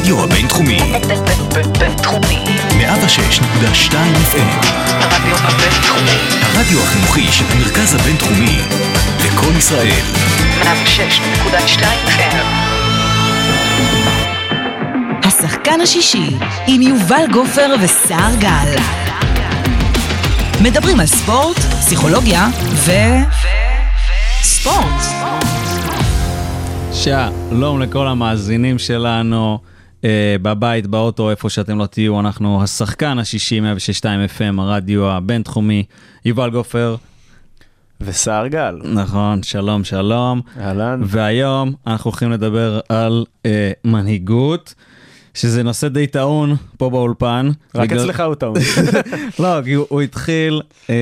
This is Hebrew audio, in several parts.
הרדיו הבינתחומי. בינתחומי. 106.2 FM. הרדיו הבינתחומי. הרדיו החינוכי של המרכז הבינתחומי. לכל ישראל. 106.2 FM. השחקן השישי עם יובל גופר וסער גל. מדברים על ספורט, פסיכולוגיה ספורט. שלום לכל המאזינים שלנו בבית, באוטו, איפה שאתם לא תהיו. אנחנו השחקן השישי 106.2 FM, הרדיו הבינתחומי. יובל גופר וסער גל. נכון, שלום שלום. אהלן. והיום אנחנו הולכים לדבר על מנהיגות, שזה נושא די טעון פה באולפן. רק אצלך הוא טעון. לא, כי הוא התחיל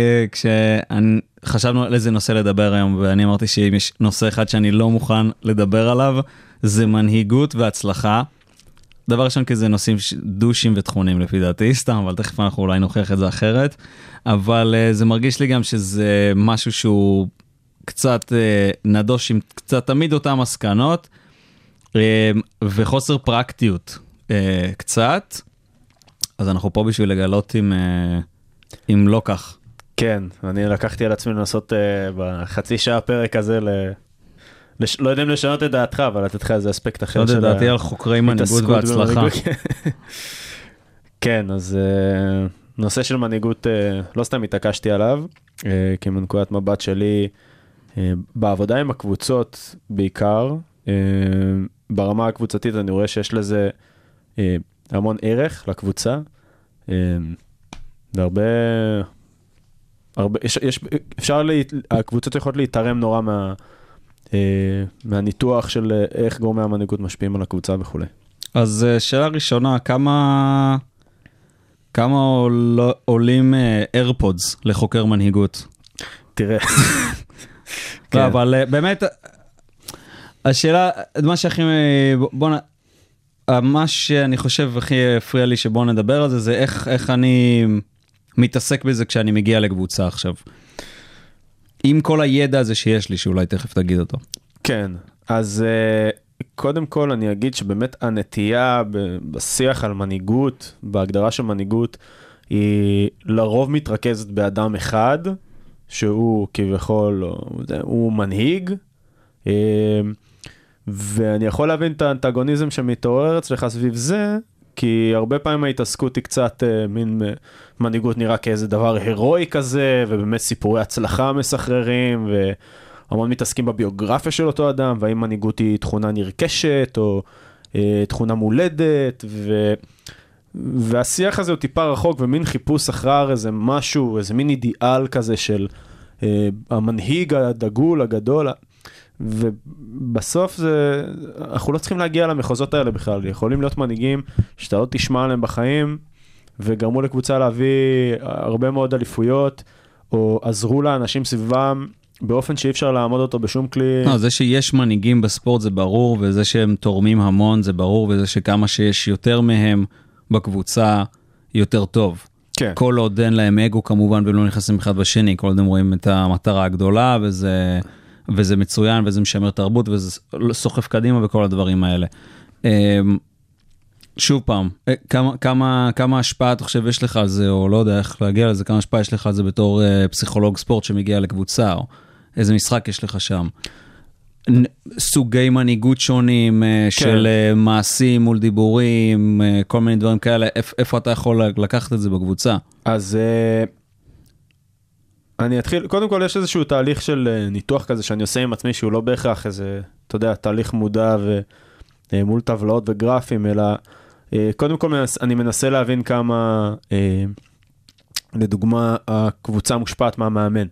חשבנו על איזה נושא לדבר היום, ואני אמרתי שאם יש נושא אחד שאני לא מוכן לדבר עליו, זה מנהיגות והצלחה. דבר ראשון, כי זה נושאים דושים ותכונים לפי דעתי, סתם, אבל תכף אנחנו אולי נוכיח את זה אחרת. אבל זה מרגיש לי גם שזה משהו שהוא קצת נדוש עם קצת תמיד אותם מסקנות, וחוסר פרקטיות קצת. אז אנחנו פה בשביל לגלות אם לא כך. כן, אני לקחתי על עצמי לנסות בחצי שעה פרק הזה, לא יודע אם לשנות את דעתך, אבל לתת לך איזה אספקט אחר. לא יודע, דעתי על חוקרי מנהיגות והצלחה. כן, אז נושא של מנהיגות, לא סתם התעקשתי עליו, כי מנקודת מבט שלי, בעבודה עם הקבוצות בעיקר, ברמה הקבוצתית אני רואה שיש לזה המון ערך לקבוצה, והרבה... הקבוצות יכולות להתערם נורא מהניתוח של איך גורמי המנהיגות משפיעים על הקבוצה וכו'. אז שאלה ראשונה, כמה עולים AirPods לחוקר מנהיגות? תראה. לא, אבל באמת, השאלה, מה שאני חושב הכי הפריע לי שבוא נדבר על זה, זה איך אני מתעסק בזה כשאני מגיע לקבוצה עכשיו. עם כל הידע הזה שיש לי, שאולי תכף תגיד אותו. כן, אז קודם כל אני אגיד שבאמת הנטייה בשיח על מנהיגות, בהגדרה של מנהיגות, היא לרוב מתרכזת באדם אחד, שהוא כביכול, הוא מנהיג, ואני יכול להבין את האנטגוניזם שמתעורר אצלך סביב זה, כי הרבה פעמים ההתעסקות היא קצת מין מנהיגות נראה כאיזה דבר הירואי כזה, ובאמת סיפורי הצלחה מסחררים, והמון מתעסקים בביוגרפיה של אותו אדם, והאם מנהיגות היא תכונה נרכשת, או תכונה מולדת, והשיח הזה הוא טיפה רחוק, ומין חיפוש אחר איזה משהו, איזה מין אידיאל כזה של המנהיג הדגול, הגדול, ובסוף אנחנו לא צריכים להגיע למחוזות האלה בכלל, יכולים להיות מנהיגים שאתה לא תשמע עליהם בחיים, וגרמו לקבוצה להביא הרבה מאוד אליפויות, או עזרו לאנשים סביבם, באופן שאי אפשר לעמוד אותו בשום כלי. לא, זה שיש מנהיגים בספורט זה ברור, וזה שהם תורמים המון זה ברור, וזה שכמה שיש יותר מהם בקבוצה יותר טוב. כן. כל עוד אין להם אגו כמובן, ולא נכנסים אחד בשני, כל עוד הם רואים את המטרה הגדולה, וזה מצוין, וזה משמר תרבות, וזה סוחף קדימה וכל הדברים האלה. שוב פעם, כמה השפעה אתה חושב יש לך על זה, או לא יודע איך להגיע לזה, כמה השפעה יש לך על זה בתור פסיכולוג ספורט שמגיע לקבוצה, או איזה משחק יש לך שם? סוגי מנהיגות שונים, של מעשים מול דיבורים, כל מיני דברים כאלה, איפה אתה יכול לקחת את זה בקבוצה? אז אני אתחיל, קודם כל יש איזשהו תהליך של ניתוח כזה שאני עושה עם עצמי, שהוא לא בהכרח איזה, אתה יודע, תהליך מודע ומול טבלאות וגרפים, אלא קודם כל אני מנסה להבין כמה, לדוגמה, הקבוצה מושפעת מהמאמן.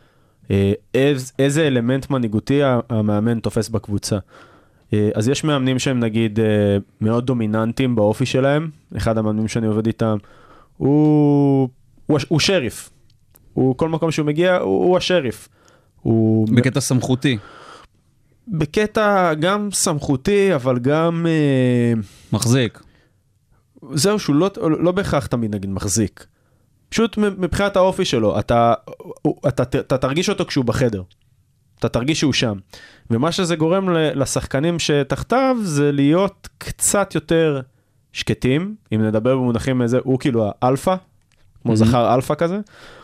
איזה אלמנט מנהיגותי המאמן תופס בקבוצה. אז יש מאמנים שהם נגיד מאוד דומיננטיים באופי שלהם, אחד המאמנים שאני עובד איתם, הוא שריף. כל מקום שהוא מגיע, הוא השריף. בקטע סמכותי. בקטע גם סמכותי, אבל גם מחזיק. זהו, שהוא לא בהכרח תמיד נגיד מחזיק. פשוט מבחינת האופי שלו, אתה תרגיש אותו כשהוא בחדר. אתה תרגיש שהוא שם. ומה שזה גורם לשחקנים שתחתיו, זה להיות קצת יותר שקטים, אם נדבר במונחים איזה, הוא כאילו האלפא, כמו זכר אלפא כזה,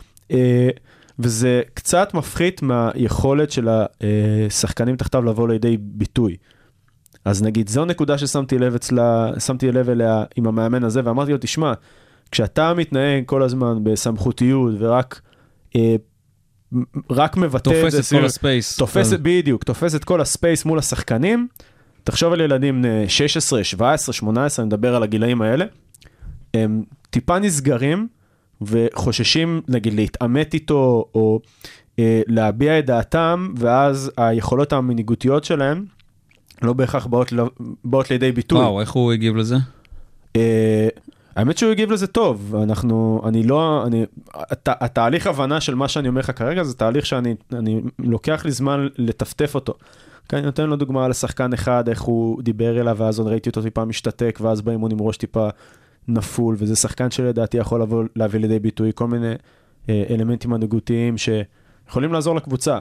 וזה קצת מפחית מהיכולת של השחקנים תחתיו לבוא לידי ביטוי. אז נגיד, זו נקודה ששמתי לב אליה עם המאמן הזה, ואמרתי לו, תשמע, כשאתה מתנהג כל הזמן בסמכותיות, ורק מבטא את זה, תופס את כל הספייס. בדיוק, תופס את כל הספייס מול השחקנים, תחשוב על ילדים 16, 17, 18, נדבר על הגילאים האלה, הם טיפה נסגרים, וחוששים, נגיד, להתעמת איתו, או להביע את דעתם, ואז היכולות המנהיגותיות שלהם, לא בהכרח באות לידי ביטוי. וואו, איך הוא הגיב לזה? האמת שהוא הגיב לזה טוב. התהליך הבנה של מה שאני אומר לך כרגע, זה תהליך שאני לוקח לי זמן לטפטף אותו. אני נותן לו דוגמה על השחקן אחד, איך הוא דיבר אליו, ואז ראיתי אותו טיפה משתתק, ואז באימון עם ראש טיפה נפול, וזה שחקן שלדעתי יכול להביא לידי ביטוי כל מיני אלמנטים מנהיגותיים שיכולים לעזור לקבוצה.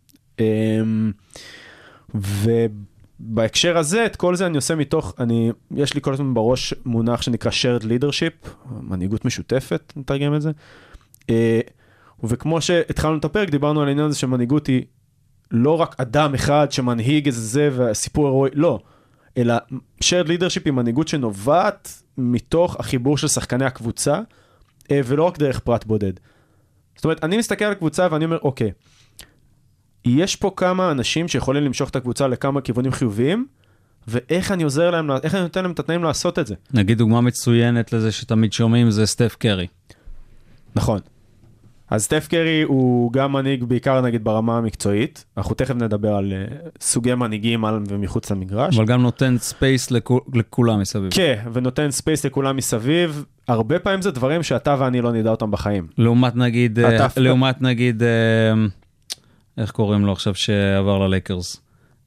ובהקשר הזה, את כל זה אני עושה מתוך, יש לי כל הזמן בראש מונח שנקרא shared leadership, מנהיגות משותפת, נתרגם את זה. וכמו שהתחלנו את הפרק, דיברנו על העניין הזה שמנהיגות היא לא רק אדם אחד שמנהיג איזה זה והסיפור הרואי, לא. אלא shared leadership היא מנהיגות שנובעת מתוך החיבור של שחקני הקבוצה, ולא רק דרך פרט בודד. זאת אומרת, אני מסתכל על הקבוצה ואני אומר, אוקיי, יש פה כמה אנשים שיכולים למשוך את הקבוצה לכמה כיוונים חיוביים, ואיך אני עוזר להם, איך אני נותן להם את התנאים לעשות את זה. נגיד דוגמה מצוינת לזה שתמיד שומעים, זה סטף קרי. נכון. אז סטף קרי הוא גם מנהיג בעיקר נגיד ברמה המקצועית, אנחנו תכף נדבר על סוגי מנהיגים על ומחוץ למגרש. אבל גם נותן ספייס לכולם מסביב. כן, ונותן ספייס לכולם מסביב, הרבה פעמים זה דברים שאתה ואני לא נדע אותם בחיים. לעומת נגיד, איך קוראים לו עכשיו שעבר ללייקרס?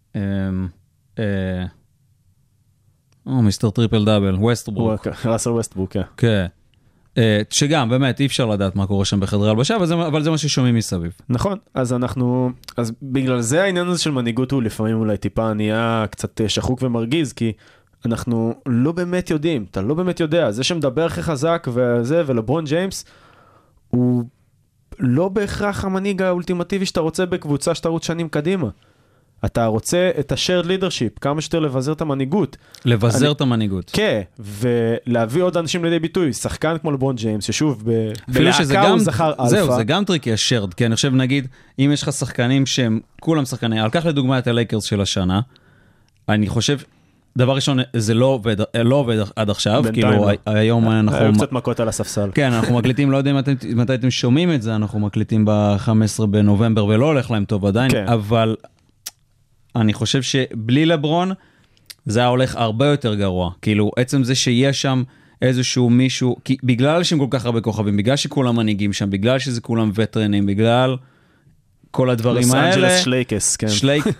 מיסטר טריפל דאבל, ווסטברוק. ראסל ווסטברוק, כן. כן. שגם, באמת, אי אפשר לדעת מה קורה שם בחדרי הלבשה, אבל זה מה ששומעים מסביב. נכון, אז בגלל זה העניין הזה של מנהיגות הוא לפעמים אולי טיפה נהיה קצת שחוק ומרגיז, כי אנחנו לא באמת יודעים, אתה לא באמת יודע, זה שמדבר הכי חזק וזה, ולברון ג'יימס, הוא לא בהכרח המנהיג האולטימטיבי שאתה רוצה בקבוצה שאתה רוץ שנים קדימה. אתה רוצה את ה-shared leadership, כמה שיותר לבזר את המנהיגות. לבזר את המנהיגות. כן, ולהביא עוד אנשים לידי ביטוי. שחקן כמו לברון ג'יימס, ששוב, בלהקה הוא זכר אלפא. זהו, זה גם טריקי ה-shared, כי אני חושב, נגיד, אם יש לך שחקנים שהם כולם שחקנים, על כך לדוגמה את הלייקרס של השנה, אני חושב, דבר ראשון, זה לא עובד עד עכשיו, כאילו היום אנחנו... היו קצת מכות על הספסל. כן, אנחנו מקליטים, לא יודע מתי אתם שומעים את זה, אנחנו מקליטים ב-15 בנובמבר, ולא הולך להם טוב עדיין, אבל אני חושב שבלי לברון, זה היה הולך הרבה יותר גרוע. כאילו, עצם זה שיש שם איזשהו מישהו, כי בגלל שהם כל כך הרבה כוכבים, בגלל שכולם מנהיגים שם, בגלל שזה כולם וטרנים, בגלל כל הדברים האלה. לוס אנג'לס שלייקס, כן.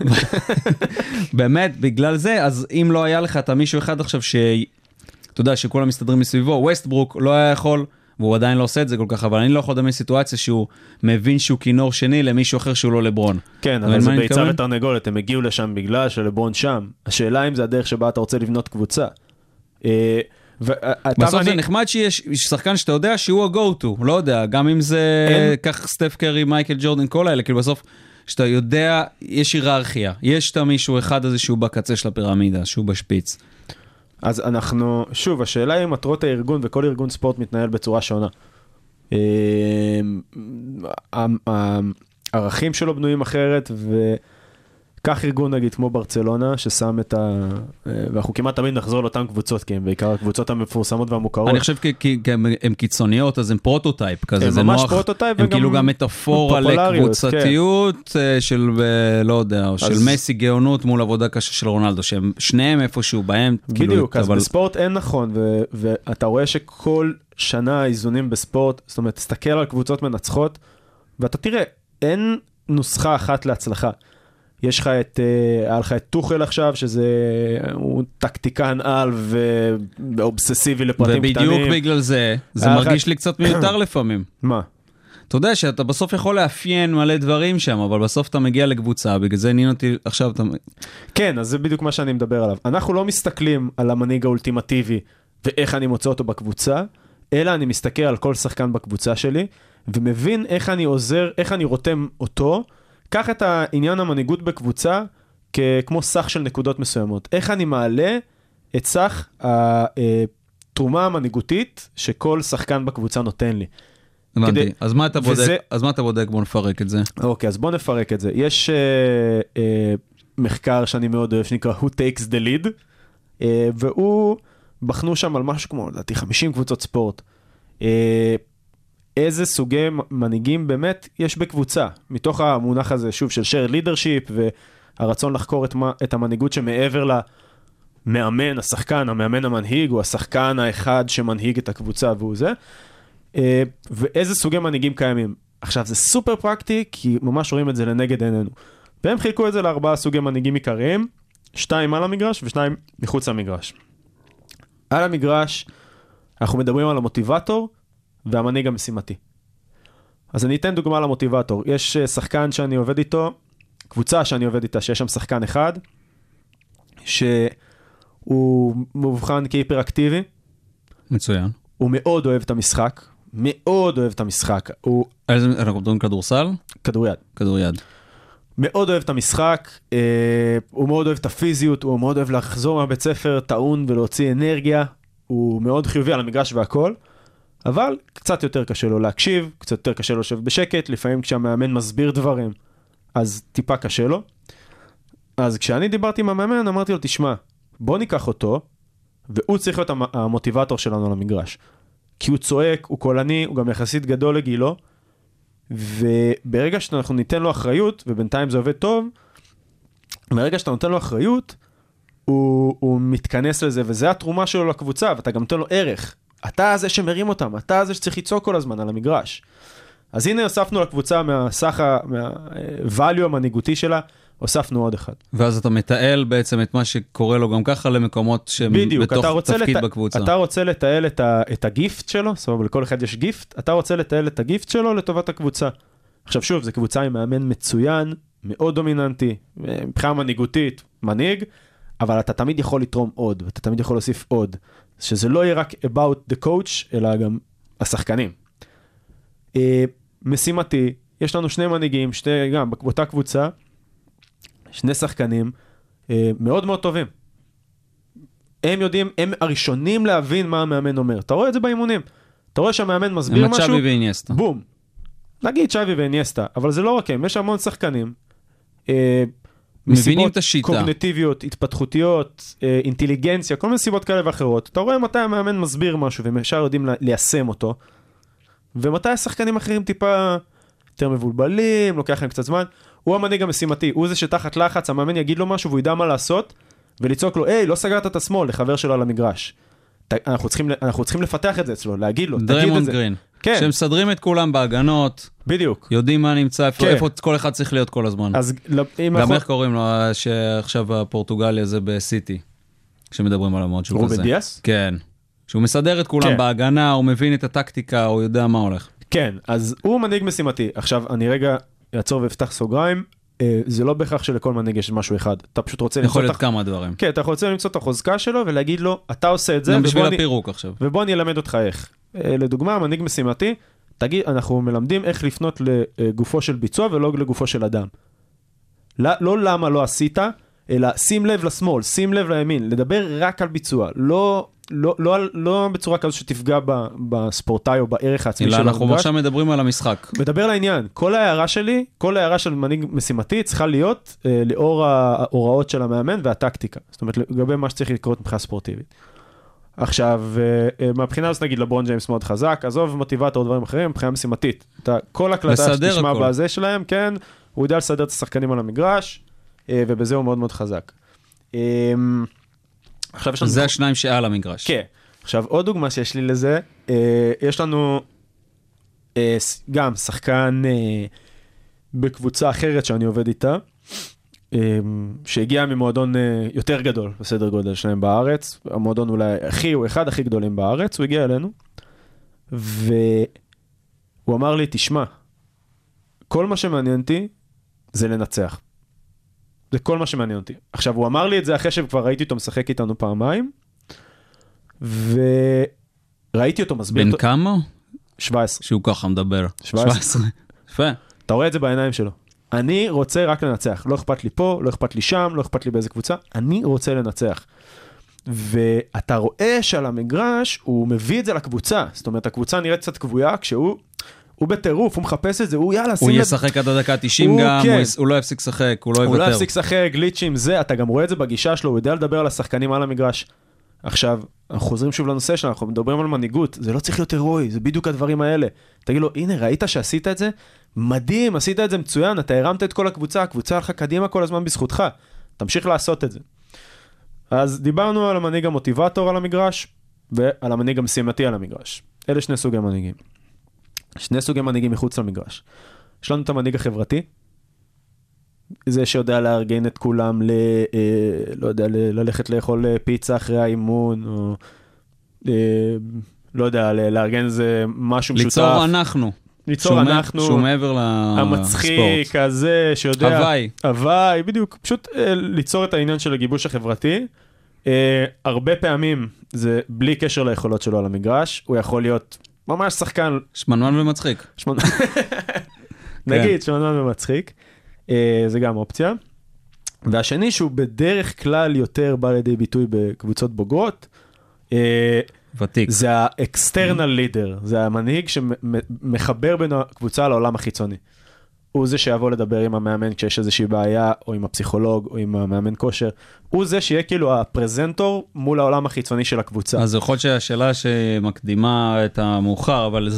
באמת, בגלל זה, אז אם לא היה לך את מישהו אחד עכשיו אתה יודע, שכולם מסתדרים מסביבו, ווסטברוק לא היה יכול, והוא עדיין לא עושה את זה כל כך, אבל אני לא יכול לדמיין סיטואציה שהוא מבין שהוא כינור שני למישהו אחר שהוא לא לברון. כן, אבל זה ביצה ותרנגולת, הם הגיעו לשם בגלל שלברון שם. השאלה אם זה הדרך שבה אתה רוצה לבנות קבוצה. בסוף זה נחמד שיש שחקן שאתה יודע שהוא ה-go-to, לא יודע, גם אם זה כך סטף קרי, מייקל ג'ורדן, כל האלה, כאילו בסוף שאתה יודע, יש היררכיה, יש את מישהו אחד הזה שהוא בקצה של הפירמידה, שהוא בשפיץ. אז אנחנו, שוב, השאלה היא מטרות הארגון, וכל ארגון ספורט מתנהל בצורה שונה. הערכים שלו בנויים אחרת, וכך ארגון נגיד כמו ברצלונה, ששם את ואנחנו כמעט תמיד נחזור לאותן קבוצות, כי הם בעיקר הקבוצות המפורסמות והמוכרות. אני חושב כי הם קיצוניות, אז הם פרוטוטייפ כזה, זה ממש פרוטוטייפ, הם כאילו גם מטאפורה לקבוצתיות של, לא יודע, של מסי גאונות מול עבודה קשה של רונלדו, שהם שניהם איפשהו בהם. בדיוק, אז בספורט אין נכון, ואתה רואה שכל שנה האיזונים בספורט, זאת אומרת, תסתכל על קבוצות מנצחות, ואתה תראה, אין נוסחה אחת להצלחה. יש לך היה לך את טוחל עכשיו, הוא טקטיקן על ואובססיבי לפרטים קטנים. ובדיוק בגלל זה מרגיש לי קצת מיותר לפעמים. מה? אתה יודע שאתה בסוף יכול לאפיין מלא דברים שם, אבל בסוף אתה מגיע לקבוצה, בגלל זה עניין אותי עכשיו. כן, אז זה בדיוק מה שאני מדבר עליו. אנחנו לא מסתכלים על המנהיג האולטימטיבי, ואיך אני מוצא אותו בקבוצה, אלא אני מסתכל על כל שחקן בקבוצה שלי, ומבין איך אני עוזר, איך אני רותם אותו, קח את העניין המנהיגות בקבוצה, כמו סך של נקודות מסוימות. איך אני מעלה את סך התרומה המנהיגותית, שכל שחקן בקבוצה נותן לי. הבנתי. אז מה אתה בודק? בוא נפרק את זה. אוקיי, אז בוא נפרק את זה. יש מחקר שאני מאוד אוהב, שנקרא Who Takes the Lead, והוא בחנו שם על משהו כמו, לדעתי, 50 קבוצות ספורט. איזה סוגי מנהיגים באמת יש בקבוצה, מתוך המונח הזה, שוב, של shared leadership, והרצון לחקור את המנהיגות שמעבר למאמן, השחקן, המאמן המנהיג, הוא השחקן האחד שמנהיג את הקבוצה, והוא זה. ואיזה סוגי מנהיגים קיימים. עכשיו, זה סופר פרקטי, כי ממש רואים את זה לנגד עינינו. והם חילקו את זה ל4 סוגי מנהיגים עיקריים, 2 על המגרש ו2 מחוץ למגרש. על המגרש, אנחנו מדברים על המוטיבטור והמנהיג המשימתי. אז אני אתן דוגמה למוטיבטור. יש שחקן שאני עובד איתו, קבוצה שאני עובד איתה, שיש שם שחקן אחד, שהוא מובחן כהיפראקטיבי. מצוין. הוא מאוד אוהב את המשחק, מאוד אוהב את המשחק. אנחנו מדברים כדורסל? כדוריד. כדוריד. מאוד אוהב את המשחק, הוא מאוד אוהב את הפיזיות, הוא מאוד אוהב לחזור מהבית ספר טעון ולהוציא אנרגיה, הוא מאוד חיובי על המגרש והכל, אבל קצת יותר קשה לו להקשיב, קצת יותר קשה לו לשבת בשקט, לפעמים כשהמאמן מסביר דברים, אז טיפה קשה לו. אז כשאני דיברתי עם המאמן, אמרתי לו, תשמע, בוא ניקח אותו, והוא צריך להיות המוטיבטור שלנו על המגרש. כי הוא צועק, הוא קולני, הוא גם יחסית גדול לגילו, וברגע שאנחנו ניתן לו אחריות, ובינתיים זה עובד טוב, ברגע שאתה נותן לו אחריות, הוא מתכנס לזה, וזה התרומה שלו לקבוצה, ואתה גם נותן לו ערך. אתה זה שמרים אותם, אתה זה שצריך ליצור כל הזמן על המגרש. אז הנה הוספנו לקבוצה מהסך, מהvalue המנהיגותי שלה, הוספנו עוד אחד. ואז אתה מתעל בעצם את מה שקורה לו גם ככה למקומות שהם בתוך תפקיד בקבוצה. אתה רוצה לתעל את הגיפט שלו, סבבה, לכל אחד יש גיפט, אתה רוצה לתעל את הגיפט שלו לטובת הקבוצה. עכשיו שוב, זו קבוצה עם מאמן מצוין, מאוד דומיננטי, מבחינה מנהיגותית, מנהיג, אבל אתה תמיד יכול לתרום עוד, ואתה תמיד יכול להוסיף עוד, שזה לא יהיה רק about the coach, אלא גם השחקנים. משימתי, יש לנו 2 מנהיגים, גם באותה קבוצה, 2 שחקנים מאוד מאוד טובים. הם יודעים, הם הראשונים להבין מה המאמן אומר. אתה רואה את זה באימונים. אתה רואה שהמאמן מסביר משהו, צ'אבי ואיניאסטה. בום. נגיד צ'אבי ואיניאסטה, אבל זה לא רק הם, יש המון שחקנים. מבינים את השיטה. קוגניטיביות, התפתחותיות, אינטליגנציה, כל מיני סיבות כאלה ואחרות. אתה רואה מתי המאמן מסביר משהו, והם ישר יודעים ליישם אותו. ומתי השחקנים אחרים טיפה יותר מבולבלים, לוקח להם קצת זמן. הוא המנהיג המשימתי, הוא זה שתחת לחץ, המאמן יגיד לו משהו והוא ידע מה לעשות, ולצעוק לו, היי, לא סגרת את השמאל, לחבר שלו על המגרש. אנחנו צריכים לפתח את זה אצלו, להגיד לו, תגיד את זה. דריימונד גרין. כן. שמסדרים את כולם בהגנות. בדיוק. יודעים מה נמצא, איפה כל אחד צריך להיות כל הזמן. גם איך קוראים לו, שעכשיו הפורטוגליה זה בסיטי, כשמדברים על המוד שהוא כזה. רובין דיאס? כן. שהוא מסדר את כולם בהגנה, הוא מבין את הטקטיקה, הוא יודע מה הולך. כן, אז הוא מנהיג משימתי. עכשיו, אני רגע אעצור ואפתח סוגריים. זה לא בהכרח שלכל מנהיג יש משהו אחד. אתה פשוט רוצה יכול להיות כמה דברים. כן, אתה רוצה למצוא את החוזקה שלו ולהגיד לו, אתה עושה את זה, גם בשביל הפירוק עכשיו. ובוא אני אלמד אותך איך. לדוגמה, מנהיג משימתי, תגיד, אנחנו מלמדים איך לפנות לגופו של ביצוע ולא לגופו של אדם. לא למה לא עשית, אלא שים לב לשמאל, שים לב לימין, לדבר רק על ביצוע, לא בצורה כזו שתפגע בספורטאי או בערך העצמי של המגרש. אנחנו עכשיו מדברים על המשחק. מדבר לעניין. כל ההערה שלי, כל ההערה של מנהיג משימתי צריכה להיות לאור ההוראות של המאמן והטקטיקה. זאת אומרת, לגבי מה שצריך לקרות מבחינה ספורטיבית. עכשיו, מהבחינה הזאת נגיד לברון ג'יימס מאוד חזק, עזוב מוטיבטור או דברים אחרים, מבחינה משימתית. כל הקלטה שתשמע בזה שלהם, כן, הוא יודע לסדר את השחקנים על המגרש, ובזה הוא מאוד מאוד חזק. זה השניים שעל המגרש. כן. עכשיו, עוד דוגמה שיש לי לזה, יש לנו גם שחקן בקבוצה אחרת שאני עובד איתה, שהגיע ממועדון יותר גדול, בסדר גודל שלהם בארץ, המועדון אולי הוא אחד הכי גדולים בארץ, הוא הגיע אלינו, והוא אמר לי, תשמע, כל מה שמעניין אותי זה לנצח. זה כל מה שמעניין אותי. עכשיו, הוא אמר לי את זה אחרי שכבר ראיתי אותו משחק איתנו פעמיים, וראיתי אותו מסביר... בן כמה? 17. שהוא ככה מדבר. 17. יפה. אתה רואה את זה בעיניים שלו. אני רוצה רק לנצח. לא אכפת לי פה, לא אכפת לי שם, לא אכפת לי באיזה קבוצה. אני רוצה לנצח. ואתה רואה שעל המגרש הוא מביא את זה לקבוצה. זאת אומרת, הקבוצה נראית קצת קבויה, כשהוא בטירוף, הוא מחפש את זה, הוא יאללה, הוא ישחק עד הדקה 90 גם, הוא לא יפסיק לשחק, הוא לא יוותר. הוא לא יפסיק לשחק, גליצ'ים, זה, אתה גם רואה את זה בגישה שלו, הוא יודע לדבר על השחקנים על המגרש. עכשיו, אנחנו חוזרים שוב לנושא שלנו, אנחנו מדברים על מנהיגות, זה לא צריך להיות הירואי, זה בדיוק הדברים האלה. תגיד לו, הנה, ראית שעשית את זה? מדהים, עשית את זה מצוין, אתה הרמת את כל הקבוצה, הקבוצה הלכה קדימה כל הזמן בזכותך. תמשיך לעשות את זה. אז דיברנו על המנהיג המוטיבטור על המגרש, ועל המנהיג המשימתי על המגרש. אלה שני סוגי מנהיגים. שני סוגי מנהיגים מחוץ למגרש. יש לנו את המנהיג החברתי, זה שיודע לארגן את כולם לא יודע, ללכת לאכול פיצה אחרי האימון, או לא יודע, לארגן איזה משהו משותף. ליצור אנחנו. ליצור אנחנו. שהוא מעבר לספורט. המצחיק הזה שיודע. הוואי. הוואי, בדיוק. פשוט ליצור את העניין של הגיבוש החברתי. הרבה פעמים זה בלי קשר ליכולות שלו על המגרש. הוא יכול להיות ממש שחקן. שמנמן ומצחיק. נגיד, שמנמן ומצחיק. זה גם אופציה. והשני שהוא בדרך כלל יותר בא לידי ביטוי בקבוצות בוגרות. ותיק. זה ה-external leader, זה המנהיג שמחבר בין הקבוצה לעולם החיצוני. הוא זה שיבוא לדבר עם המאמן כשיש איזושהי בעיה, או עם הפסיכולוג, או עם המאמן כושר. הוא זה שיהיה כאילו הפרזנטור מול העולם החיצוני של הקבוצה. אז יכול להיות שהשאלה שמקדימה את המאוחר, אבל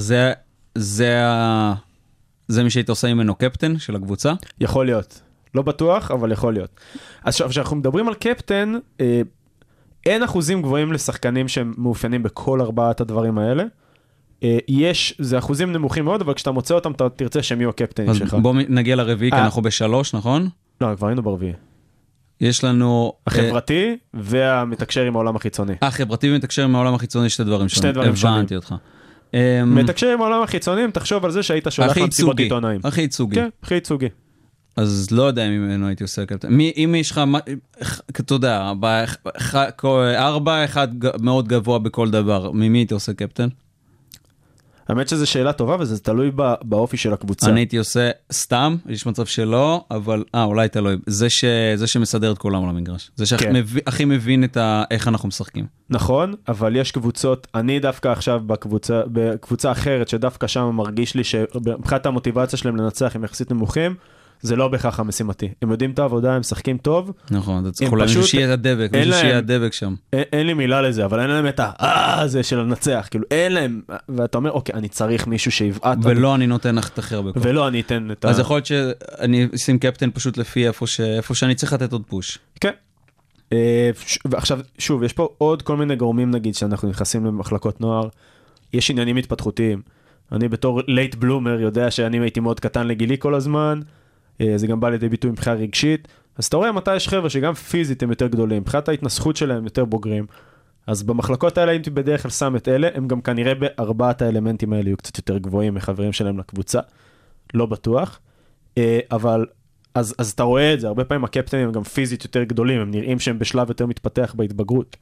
זה מי שהיית עושה ממנו קפטן של הקבוצה? יכול להיות. לא בטוח, אבל יכול להיות. אז כשאנחנו מדברים על קפטן, אין אחוזים גבוהים לשחקנים שהם מאופיינים בכל ארבעת הדברים האלה. זה אחוזים נמוכים מאוד, אבל כשאתה מוצא אותם, אתה תרצה שהם יהיו הקפטנים שלך. אז בואו נגיע לרביעי, כי אנחנו ב3, נכון? לא, כבר היינו ברביעי. יש לנו... החברתי והמתקשר עם העולם החיצוני. החברתי ומתקשר עם העולם החיצוני, שתי דברים שונים. שני דברים שונים. הבנתי אותך. מתקשר עם העולם החיצוני, תחשוב על זה שהיית שולח למסיבות עיתונאים. הכי ייצוגי. כן, הכי ייצוגי. אז לא יודע אם ממנו הייתי עושה קפטן. אם יש לך, אתה יודע, 4, אחד מאוד גבוה בכל דבר, ממי הייתי עושה קפטן? האמת שזו שאלה טובה, וזה תלוי באופי של הקבוצה. אני הייתי עושה סתם, יש מצב שלא, אבל, אולי תלוי. זה שמסדר את כולם על המגרש. זה שהכי מבין איך אנחנו משחקים. נכון, אבל יש קבוצות, אני דווקא עכשיו בקבוצה אחרת, שדווקא שם מרגיש לי שבחת המוטיבציה שלהם לנצח הם יחסית נמוכים, זה לא בכך המשימתי. הם יודעים את העבודה, הם משחקים טוב. נכון, אתה צריך מישהו שיהיה הדבק, מישהו שיהיה הדבק שם. אין לי מילה לזה, אבל אין להם את הזה של לנצח, כאילו אין להם, ואתה אומר, אוקיי, אני צריך מישהו שיבעט. ולא אני נותן הכי הרבה כוח. ולא אני אתן את אז יכול להיות שאני אשים קפטן פשוט לפי איפה שאני צריך לתת עוד פוש. כן. ועכשיו, שוב, יש פה עוד כל מיני גורמים, נגיד, שאנחנו נכנסים למחלקות נוער, יש עניינים התפתחותיים. אני בתור לייט בלומר יודע שאני הייתי מאוד קטן לגילי כל הזמן, זה גם בא לידי ביטוי מבחינה רגשית, אז אתה רואה מתי יש חבר'ה שגם פיזית הם יותר גדולים, מבחינת ההתנסחות שלהם יותר בוגרים, אז במחלקות האלה אם בדרך כלל שם את אלה, הם גם כנראה בארבעת האלמנטים האלה יהיו קצת יותר גבוהים מחברים שלהם לקבוצה, לא בטוח, אבל אז אתה רואה את זה, הרבה פעמים הקפטנים הם גם פיזית יותר גדולים, הם נראים שהם בשלב יותר מתפתח בהתבגרות.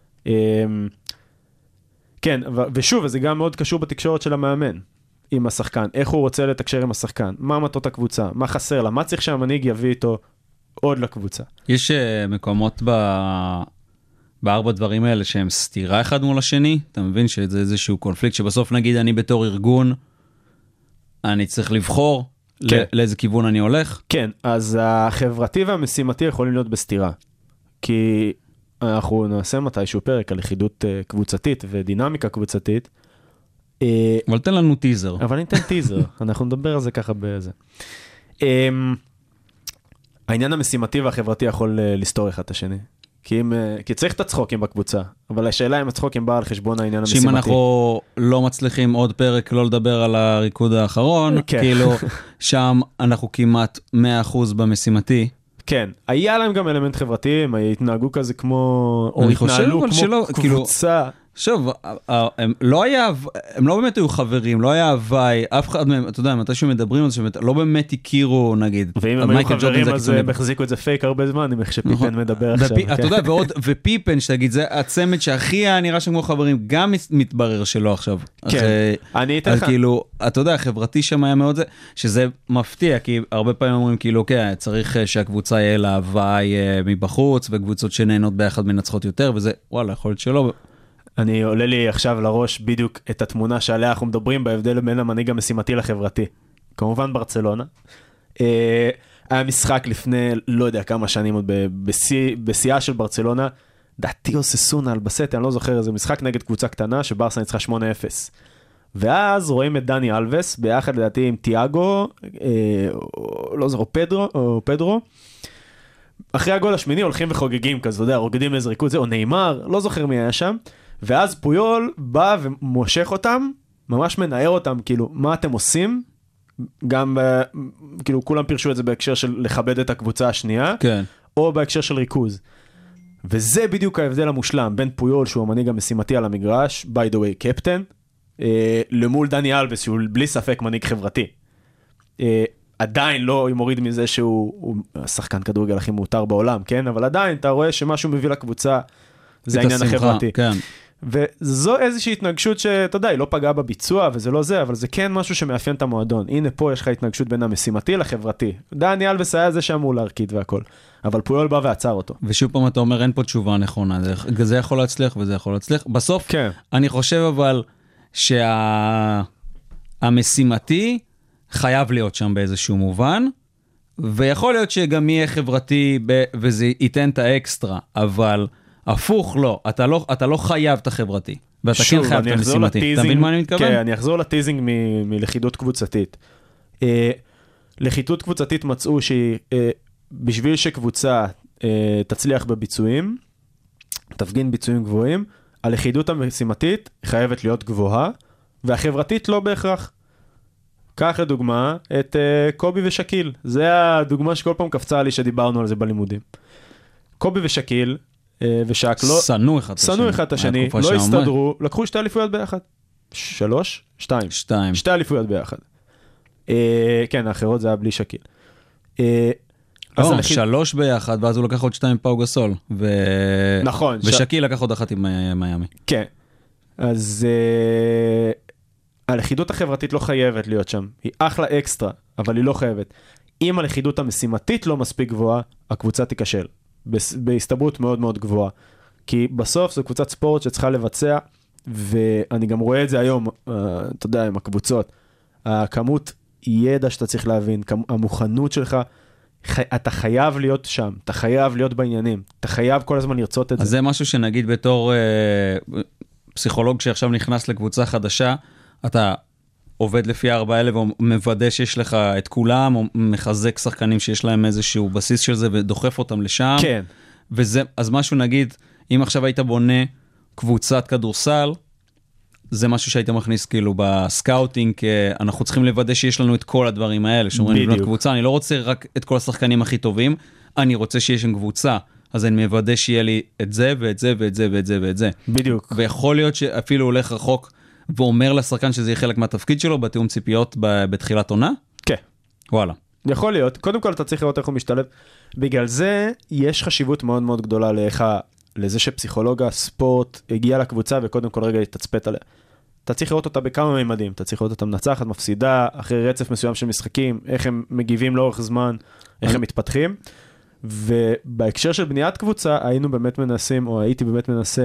כן, ושוב, זה גם מאוד קשור בתקשורת של המאמן. עם השחקן, איך הוא רוצה לתקשר עם השחקן, מה מטרות הקבוצה, מה חסר לה, מה צריך שהמנהיג יביא איתו עוד לקבוצה. יש מקומות בארבע דברים האלה שהם סתירה אחד מול השני, אתה מבין שזה איזשהו קונפליקט, שבסוף נגיד אני בתור ארגון, אני צריך לבחור כן. לאיזה כיוון אני הולך. כן, אז החברתי והמשימתי יכולים להיות בסתירה, כי אנחנו נעשה מתישהו פרק על יחידות קבוצתית ודינמיקה קבוצתית, אבל תן לנו טיזר. אבל אני אתן טיזר, אנחנו נדבר על זה ככה בזה. העניין המשימתי והחברתי יכול לסתור אחד את השני. כי צריך את הצחוקים בקבוצה, אבל השאלה אם הצחוקים באה על חשבון העניין המשימתי. שאם אנחנו לא מצליחים עוד פרק לא לדבר על הריקוד האחרון, כאילו שם אנחנו כמעט 100% במשימתי. כן, היה להם גם אלמנט חברתי, הם התנהגו כזה כמו, או התנהלו כמו קבוצה. שוב, הם לא באמת היו חברים, לא היה הוואי, אף אחד מהם, אתה יודע, מתי שמדברים על זה, לא באמת הכירו, נגיד. ואם הם היו חברים, אז הם החזיקו את זה פייק הרבה זמן, אם איך שפיפן מדבר עכשיו. אתה יודע, ופיפן, שתגיד, זה הצמד שהכי נראה שם כמו חברים, גם מתברר שלא עכשיו. כן, אני אתן לך. כאילו, אתה יודע, החברתי שם היה מאוד זה, שזה מפתיע, כי הרבה פעמים אומרים, כאילו, אוקיי, צריך שהקבוצה יהיה לה הוואי מבחוץ, וקבוצות שנהנות ביחד מנצחות יותר, וזה, וואלה, יכול להיות שלא. אני עולה לי עכשיו לראש בדיוק את התמונה שעליה אנחנו מדברים בהבדל בין המנהיג המשימתי לחברתי. כמובן ברצלונה. היה משחק לפני לא יודע כמה שנים עוד בשיאה של ברצלונה, דעתי אוססונה על בסט, אני לא זוכר איזה משחק נגד קבוצה קטנה שברסה ניצחה 8-0. ואז רואים את דני אלווס ביחד לדעתי עם תיאגו, לא זוכר, או פדרו. אחרי הגול השמיני הולכים וחוגגים כזה, אתה יודע, רוקדים לאיזה ריקוד, זה או נאמר, לא זוכר מי היה שם. ואז פויול בא ומושך אותם, ממש מנער אותם, כאילו, מה אתם עושים? גם, כאילו, כולם פירשו את זה בהקשר של לכבד את הקבוצה השנייה, כן. או בהקשר של ריכוז. וזה בדיוק ההבדל המושלם, בין פויול, שהוא המנהיג המשימתי על המגרש, by the way, קפטן, למול דני אלבס, שהוא בלי ספק מנהיג חברתי. עדיין לא מוריד מזה שהוא השחקן כדורגל הכי מותר בעולם, כן? אבל עדיין אתה רואה שמשהו מביא לקבוצה, זה העניין החברתי. כן. וזו איזושהי התנגשות שאתה יודע, היא לא פגעה בביצוע וזה לא זה, אבל זה כן משהו שמאפיין את המועדון. הנה פה יש לך התנגשות בין המשימתי לחברתי. דני אלבס היה זה שאמור להרקיד והכל. אבל פויול בא ועצר אותו. ושוב פעם אתה אומר, אין פה תשובה נכונה. זה יכול להצליח וזה יכול להצליח. בסוף, כן. אני חושב אבל שהמשימתי חייב להיות שם באיזשהו מובן, ויכול להיות שגם יהיה חברתי וזה ייתן את האקסטרה, אבל הפוך לא, אתה לא חייב את החברתי, ואתה כן חייב את המשימתי. אתה מבין מה אני מתכוון? כן, אני אחזור לטיזינג מלכידות קבוצתית. לכידות קבוצתית מצאו שבשביל שקבוצה תצליח בביצועים, תפגין ביצועים גבוהים, הלכידות המשימתית חייבת להיות גבוהה, והחברתית לא בהכרח. קח לדוגמה את קובי ושקיל. זה הדוגמה שכל פעם קפצה לי שדיברנו על זה בלימודים. קובי ושקיל ושק לא... שנאו אחד את השני, לא הסתדרו, לקחו 2 אליפויות ביחד. 3? 2. 2 אליפויות ביחד. כן, האחרות זה היה בלי שקיל. לא, 3 ביחד, ואז הוא לקח עוד 2 פאו גסול. נכון. ושקיל לקח עוד 1 עם מיאמי. כן. אז... הלכידות החברתית לא חייבת להיות שם. היא אחלה אקסטרה, אבל היא לא חייבת. אם הלכידות המשימתית לא מספיק גבוהה, הקבוצה תיכשל. בהסתברות מאוד מאוד גבוהה. כי בסוף זו קבוצת ספורט שצריכה לבצע, ואני גם רואה את זה היום, אתה יודע, עם הקבוצות. הכמות ידע שאתה צריך להבין, המוכנות שלך, אתה חייב להיות שם, אתה חייב להיות בעניינים, אתה חייב כל הזמן לרצות את זה. אז זה משהו שנגיד בתור פסיכולוג שעכשיו נכנס לקבוצה חדשה, אתה עובד לפי 4 האלה ומוודא שיש לך את כולם, או מחזק שחקנים שיש להם איזשהו בסיס של זה, ודוחף אותם לשם. כן. וזה, אז משהו נגיד, אם עכשיו היית בונה קבוצת כדורסל, זה משהו שהיית מכניס כאילו בסקאוטינג, אנחנו צריכים לוודא שיש לנו את כל הדברים האלה, שאומרים לבנות קבוצה, אני לא רוצה רק את כל השחקנים הכי טובים, אני רוצה שיש שם קבוצה, אז אני מוודא שיהיה לי את זה ואת זה ואת זה ואת זה ואת זה. בדיוק. ויכול להיות שאפילו הולך רחוק, ואומר לשחקן שזה יהיה חלק מהתפקיד שלו, בתיאום ציפיות בתחילת עונה? כן. וואלה. יכול להיות. קודם כל אתה צריך לראות איך הוא משתלב. בגלל זה יש חשיבות מאוד מאוד גדולה לזה שפסיכולוג הספורט הגיע לקבוצה, וקודם כל רגע יתצפת עליה. אתה צריך לראות אותה בכמה מימדים. אתה צריך לראות אותה מנצחת, מפסידה, אחרי רצף מסוים של משחקים, איך הם מגיבים לאורך זמן, איך הם מתפתחים. ובהקשר של בניית קבוצה, היינו באמת מנסים, או הייתי באמת מנסה,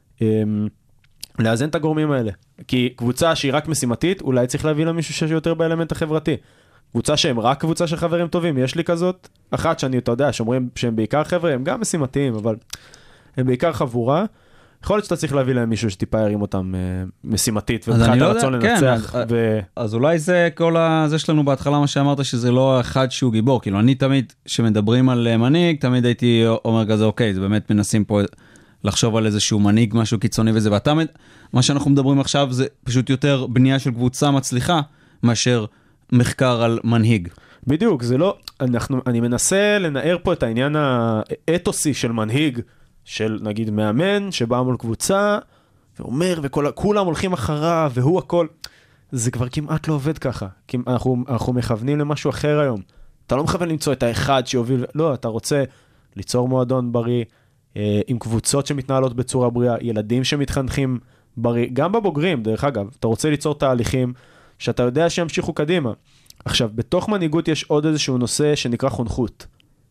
לאזן את הגורמים האלה. כי קבוצה שהיא רק משימתית, אולי צריך להביא לה מישהו שיש יותר באלמנט החברתי. קבוצה שהם רק קבוצה של חברים טובים, יש לי כזאת, אחת שאני, אתה יודע, שאומרים שהם בעיקר חבר'ה, הם גם משימתיים, אבל הם בעיקר חבורה. יכול להיות שאתה צריך להביא להם מישהו שטיפה ירים אותם משימתית, ובחד הרצון לנצח. אז אולי זה כל זה שלנו בהתחלה, מה שאמרת, שזה לא אחד שהוא גיבור. כאילו, אני תמיד, שמדברים על מנהיג, תמיד הייתי אומר כזה, אוקיי, זה באמת מנסים פה לחשוב על איזשהו מנהיג, משהו קיצוני וזה, והתמיד, מה שאנחנו מדברים עכשיו זה פשוט יותר בנייה של קבוצה מצליחה, מאשר מחקר על מנהיג. בדיוק, זה לא, אני מנסה לנער פה את העניין האתוסי של מנהיג, של נגיד מאמן, שבא מול קבוצה, ואומר, וכולם הולכים אחריו, והוא הכל. זה כבר כמעט לא עובד ככה. אנחנו מכוונים למשהו אחר היום. אתה לא מכוון למצוא את האחד שיוביל, לא, אתה רוצה ליצור מועדון בריא, עם קבוצות שמתנהלות בצורה בריאה, ילדים שמתחנכים בריא, גם בבוגרים, דרך אגב, אתה רוצה ליצור תהליכים שאתה יודע שימשיכו קדימה. עכשיו, בתוך מנהיגות יש עוד איזשהו נושא שנקרא חונכות.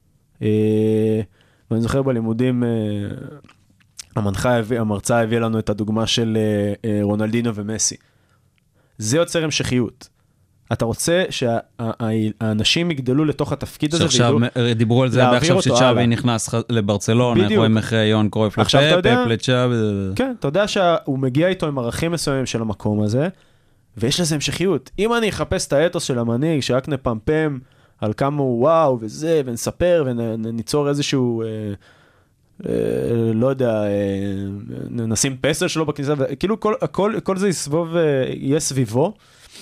ואני זוכר בלימודים, המרצה הביא לנו את הדוגמה של רונלדינו ומסי. זה יוצר המשכיות. אתה רוצה שהאנשים יגדלו לתוך התפקיד הזה. שעכשיו דיברו על זה עכשיו שצ'אבי נכנס לברצלונה, אנחנו רואים איך יון קרויף לפפ לצ'אבי. כן, אתה יודע שהוא מגיע איתו עם ערכים מסוימים של המקום הזה, ויש לזה המשכיות. אם אני אחפש את האתוס של המנהיג, שרק נפמפם על כמה הוא וואו וזה, ונספר וניצור איזשהו, לא יודע, נשים פסל שלו בכניסה, כאילו כל זה יהיה סביבו,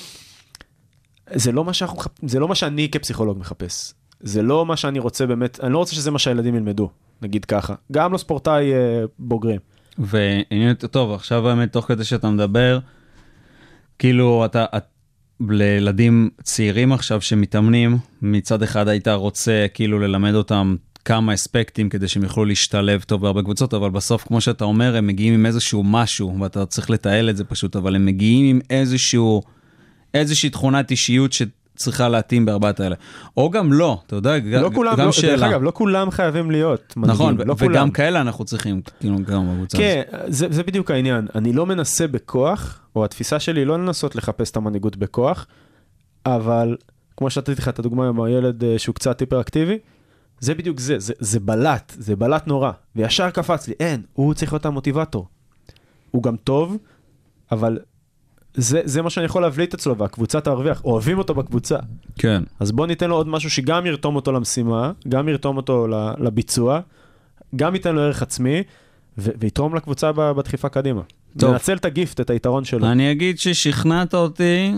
זה לא מה שאני כפסיכולוג מחפש. זה לא מה שאני רוצה באמת, אני לא רוצה שזה מה שהילדים ילמדו, נגיד ככה. גם לא ספורטאי בוגרים. טוב, עכשיו באמת תוך כדי שאתה מדבר, כאילו לילדים צעירים עכשיו שמתאמנים, מצד אחד היית רוצה כאילו ללמד אותם כמה אספקטים כדי שהם יוכלו להשתלב טוב בהרבה קבוצות, אבל בסוף, כמו שאתה אומר, הם מגיעים עם איזשהו משהו, ואתה צריך לתעל את זה פשוט, אבל הם מגיעים עם איזושהי תכונת אישיות שצריכה להתאים בארבעת האלה. או גם לא, אתה יודע, גם שאלה. דרך אגב, לא כולם חייבים להיות מנהיגים. נכון, וגם כאלה אנחנו צריכים, כאילו, גם בקבוצה. כן, זה בדיוק העניין. אני לא מנסה בכוח, או התפיסה שלי לא לנסות לחפש את המנהיגות בכוח, אבל, כמו שתתי לך את הדוגמה עם הילד שהוא קצת היפראקטיבי, זה בדיוק זה בלט נורא. וישר קפץ לי, אין, הוא צריך להיות המוטיבטור. הוא גם טוב, אבל זה מה שאני יכול להבליט אצלו, והקבוצה תרוויח, אוהבים אותו בקבוצה. כן. אז בוא ניתן לו עוד משהו שגם ירתום אותו למשימה, גם ירתום אותו לביצוע, גם ייתן לו ערך עצמי, ויתרום לקבוצה בדחיפה קדימה. טוב. ננצל את הגיפט, את היתרון שלו. אני אגיד ששכנעת אותי,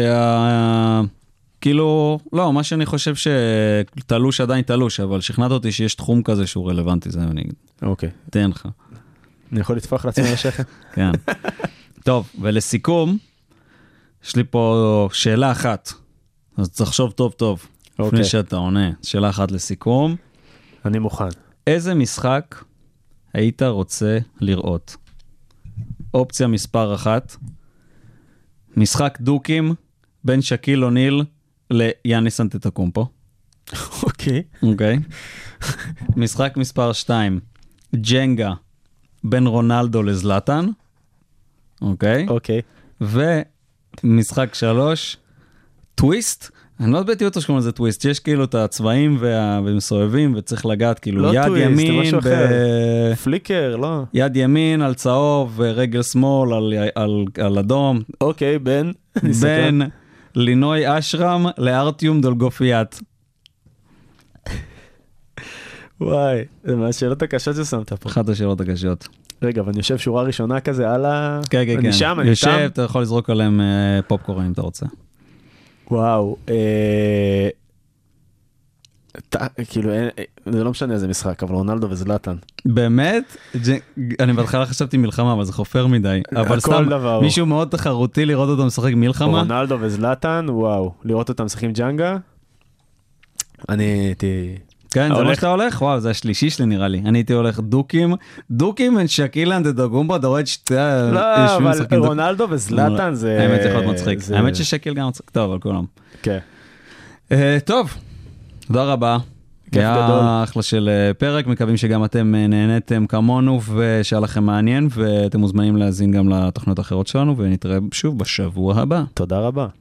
כאילו, לא, מה שאני חושב שתלוש עדיין תלוש, אבל שכנעת אותי שיש תחום כזה שהוא רלוונטי, זה אני אגיד. אוקיי. תן לך. אני יכול לתפוח לעצמי לשכם? כן. טוב, ולסיכום, יש לי פה שאלה אחת, אז תחשוב טוב טוב, לפני שאתה עונה. שאלה אחת לסיכום. אני מוכן. איזה משחק היית רוצה לראות? אופציה מספר 1, משחק דוקים בין שקיל אוניל ליאניס אנטטוקומפו. אוקיי. אוקיי. משחק מספר 2, ג'נגה בין רונלדו לזלטן. אוקיי. אוקיי. ומשחק 3, טוויסט. אני לא יודעת אותו שקוראים לזה טוויסט, יש כאילו את הצבעים ומסובבים, וצריך לגעת כאילו לא יד טוויסט, ימין, משהו אחר. פליקר, לא. יד ימין על צהוב, ורגל שמאל על אדום. אוקיי, בין לינוי אשרם לארטיום דולגופיאט. וואי, זה מהשאלות הקשות ששמת פה. אחת השאלות הקשות. רגע, אבל אני יושב שורה ראשונה כזה על ה... כן, כן, כן. שם, יושב, אתה יכול לזרוק עליהם פופקורן אם אתה רוצה. וואו, כאילו, זה לא משנה איזה משחק, אבל רונלדו וזלטן. באמת? אני בהתחלה חשבתי מלחמה, אבל זה חופר מדי. אבל סתם, מישהו מאוד תחרותי לראות אותו משחק מלחמה. רונלדו וזלטן, וואו. לראות אותם משחקים ג'נגה? אני הייתי... כן, זה מה שאתה הולך? וואו, זה השלישי שלי נראה לי. אני הייתי הולך דוקים בין שקיל אנטטוקומפו, אתה רואה את שתי... לא, אבל רונלדו וזלטן זה... האמת זה יכול להיות מצחיק. האמת ששקיל גם מצחיק. טוב, על כולם. כן. טוב, תודה רבה. כיף גדול. היה אחלה של פרק, מקווים שגם אתם נהניתם כמונו ושהיה לכם מעניין, ואתם מוזמנים להזין גם לתוכניות האחרות שלנו, ונתראה שוב בשבוע הבא. תודה רבה.